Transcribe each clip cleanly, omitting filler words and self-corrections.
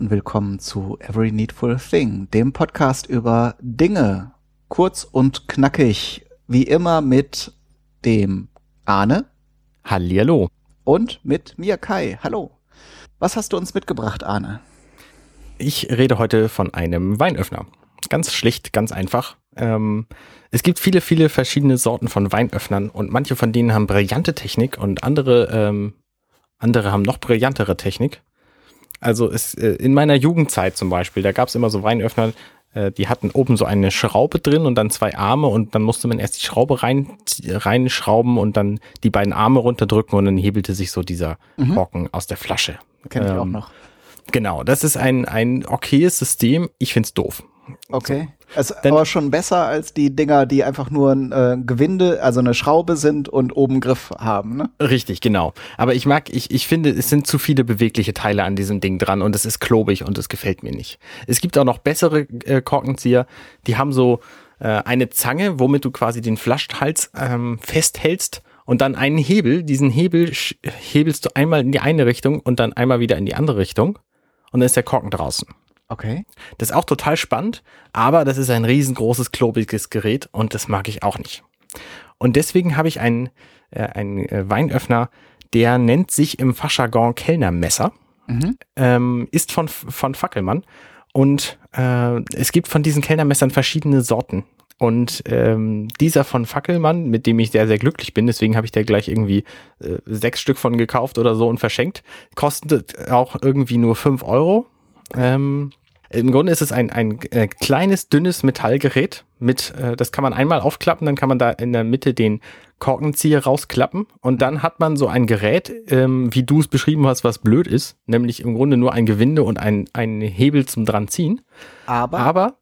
und willkommen zu Every Needful Thing, dem Podcast über Dinge, kurz und knackig, wie immer mit dem Arne. Hallihallo. Und mit mir Kai. Hallo. Was hast du uns mitgebracht, Arne? Ich rede heute von einem Weinöffner. Ganz schlicht, ganz einfach. Es gibt viele, viele verschiedene Sorten von Weinöffnern und manche von denen haben brillante Technik und andere haben noch brillantere Technik. Also in meiner Jugendzeit zum Beispiel, da gab es immer so Weinöffner, die hatten oben so eine Schraube drin und dann zwei Arme und dann musste man erst die Schraube reinschrauben und dann die beiden Arme runterdrücken und dann hebelte sich so dieser Korken aus der Flasche. Kenn ich auch noch. Genau, das ist ein okayes System. Ich find's doof. Okay. Also, aber schon besser als die Dinger, die einfach nur ein Gewinde, also eine Schraube sind und oben Griff haben, ne? Richtig, genau. Aber ich finde, es sind zu viele bewegliche Teile an diesem Ding dran und es ist klobig und es gefällt mir nicht. Es gibt auch noch bessere Korkenzieher, die haben so eine Zange, womit du quasi den Flaschenhals festhältst und dann einen Hebel. Diesen Hebel hebelst du einmal in die eine Richtung und dann einmal wieder in die andere Richtung und dann ist der Korken draußen. Okay. Das ist auch total spannend, aber das ist ein riesengroßes, klobiges Gerät und das mag ich auch nicht. Und deswegen habe ich einen Weinöffner, der nennt sich im Fachjargon Kellnermesser, ist von Fackelmann und es gibt von diesen Kellnermessern verschiedene Sorten. Und dieser von Fackelmann, mit dem ich sehr, sehr glücklich bin, deswegen habe ich da gleich irgendwie 6 Stück von gekauft oder so und verschenkt, kostet auch irgendwie nur 5 Euro. Im Grunde ist es ein kleines, dünnes Metallgerät das kann man einmal aufklappen, dann kann man da in der Mitte den Korkenzieher rausklappen und dann hat man so ein Gerät, wie du es beschrieben hast, was blöd ist, nämlich im Grunde nur ein Gewinde und ein Hebel zum Dranziehen. Aber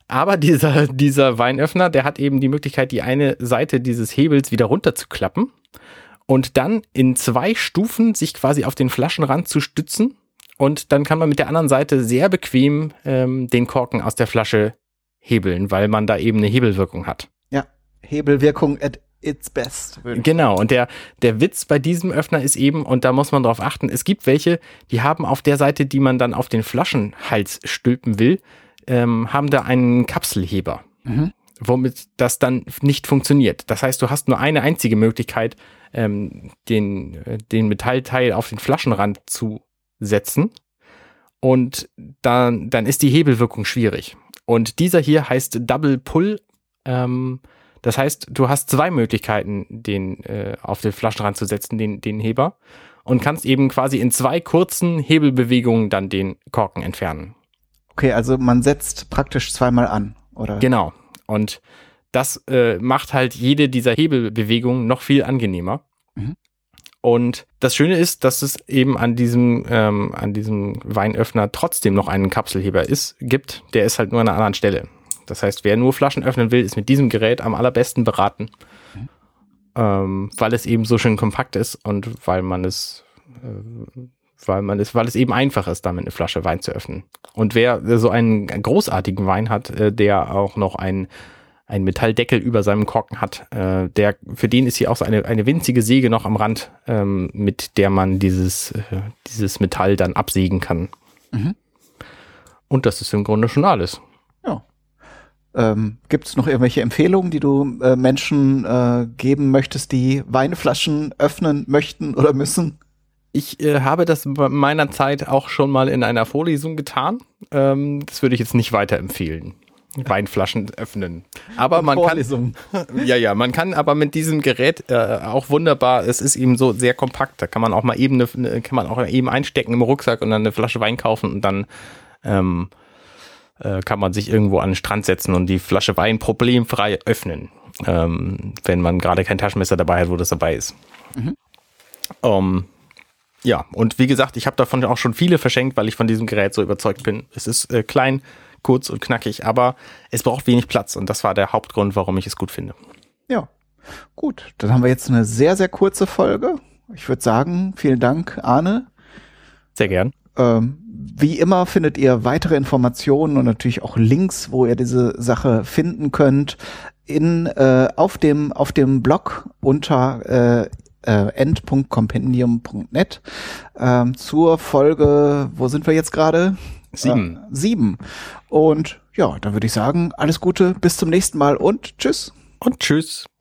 dieser Weinöffner, der hat eben die Möglichkeit, die eine Seite dieses Hebels wieder runterzuklappen und dann in 2 Stufen sich quasi auf den Flaschenrand zu stützen. Und dann kann man mit der anderen Seite sehr bequem den Korken aus der Flasche hebeln, weil man da eben eine Hebelwirkung hat. Ja, Hebelwirkung at its best. Genau, und der Witz bei diesem Öffner ist eben, und da muss man drauf achten, es gibt welche, die haben auf der Seite, die man dann auf den Flaschenhals stülpen will, haben da einen Kapselheber, womit das dann nicht funktioniert. Das heißt, du hast nur eine einzige Möglichkeit, den Metallteil auf den Flaschenrand zu setzen und dann ist die Hebelwirkung schwierig. Und dieser hier heißt Double Pull. Das heißt, du hast 2 Möglichkeiten, den auf den Flaschenrand zu setzen, den Heber, und kannst eben quasi in 2 kurzen Hebelbewegungen dann den Korken entfernen. Okay, also man setzt praktisch zweimal an, oder? Genau. Und das macht halt jede dieser Hebelbewegungen noch viel angenehmer. Und das Schöne ist, dass es eben an diesem Weinöffner trotzdem noch einen Kapselheber gibt. Der ist halt nur an einer anderen Stelle. Das heißt, wer nur Flaschen öffnen will, ist mit diesem Gerät am allerbesten beraten, weil es eben so schön kompakt ist und weil es eben einfach ist, damit eine Flasche Wein zu öffnen. Und wer so einen großartigen Wein hat, der auch noch einen Metalldeckel über seinem Korken hat, für den ist hier auch so eine winzige Säge noch am Rand, mit der man dieses Metall dann absägen kann. Und das ist im Grunde schon alles. Ja. Gibt es noch irgendwelche Empfehlungen, die du Menschen geben möchtest, die Weinflaschen öffnen möchten oder müssen? Ich habe das bei meiner Zeit auch schon mal in einer Vorlesung getan. Das würde ich jetzt nicht weiterempfehlen. Weinflaschen öffnen. Aber man kann aber mit diesem Gerät auch wunderbar, es ist eben so sehr kompakt, da kann man auch mal eben einstecken im Rucksack und dann eine Flasche Wein kaufen und dann kann man sich irgendwo an den Strand setzen und die Flasche Wein problemfrei öffnen, wenn man gerade kein Taschenmesser dabei hat, wo das dabei ist. Ja, und wie gesagt, ich habe davon auch schon viele verschenkt, weil ich von diesem Gerät so überzeugt bin. Es ist klein, kurz und knackig, aber es braucht wenig Platz und das war der Hauptgrund, warum ich es gut finde. Ja, gut. Dann haben wir jetzt eine sehr, sehr kurze Folge. Ich würde sagen, vielen Dank, Arne. Sehr gern. Wie immer findet ihr weitere Informationen und natürlich auch Links, wo ihr diese Sache finden könnt, auf dem Blog unter end.compendium.net zur Folge, wo sind wir jetzt gerade? 7. 7. Und ja, dann würde ich sagen, alles Gute, bis zum nächsten Mal und tschüss. Und tschüss.